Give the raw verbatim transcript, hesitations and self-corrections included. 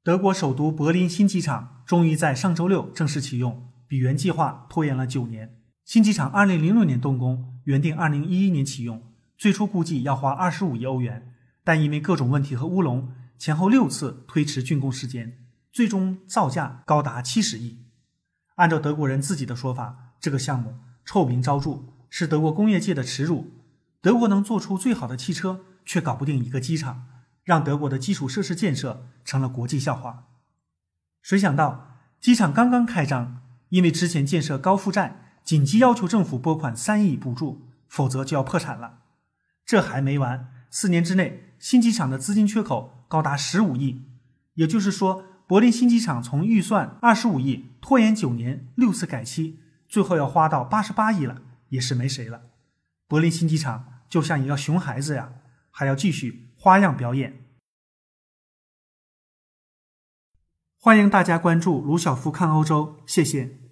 德国首都柏林新机场终于在上周六正式启用，比原计划拖延了九年。新机场二零零六年动工，原定二零一一年启用，最初估计要花二十五亿欧元，但因为各种问题和乌龙，前后六次推迟竣工时间，最终造价高达七十亿。按照德国人自己的说法，这个项目臭名昭著，是德国工业界的耻辱。德国能做出最好的汽车，却搞不定一个机场，让德国的基础设施建设成了国际笑话。谁想到机场刚刚开张，因为之前建设高负债，紧急要求政府拨款三亿补助，否则就要破产了。这还没完，四年之内新机场的资金缺口高达十五亿，也就是说柏林新机场从预算二十五亿拖延九年，六次改期，最后要花到八十八亿了，也是没谁了。柏林新机场就像一个熊孩子呀，还要继续花样表演。欢迎大家关注卢晓夫看欧洲，谢谢。